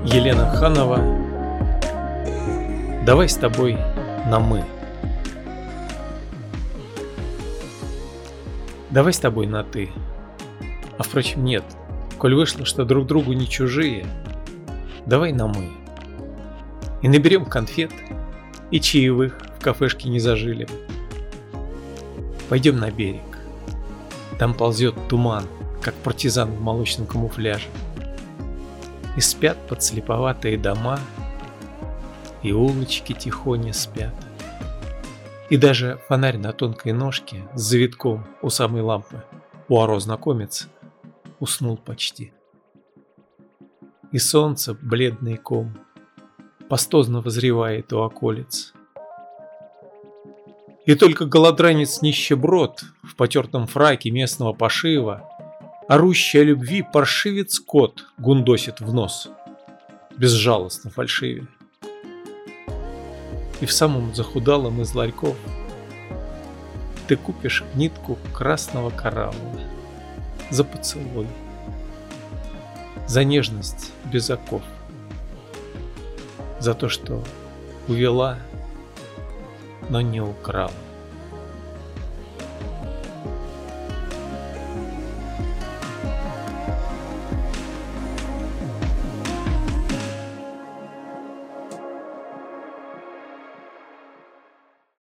Елена Ханова. Давай с тобой на «мы». Давай с тобой на «ты». А впрочем, нет. Коль вышло, что друг другу не чужие, давай на «мы». И наберем конфет, и чаевых в кафешке не зажилим. Пойдем на берег. Там ползет туман, как партизан в молочном камуфляже. И спят подслеповатые дома, и улочки тихоня спят. И даже фонарь на тонкой ножке с завитком у самой лампы, Пуаро знакомец, уснул почти. И солнце, бледный ком, пастозно возревает у околиц. И только голодранец-нищеброд в потертом фраке местного пошива, орущий о любви паршивец-кот, гундосит в нос, безжалостно фальшиве. И в самом захудалом из ларьков ты купишь нитку красного коралла за поцелуй, за нежность без оков, за то, что увела, но не украла.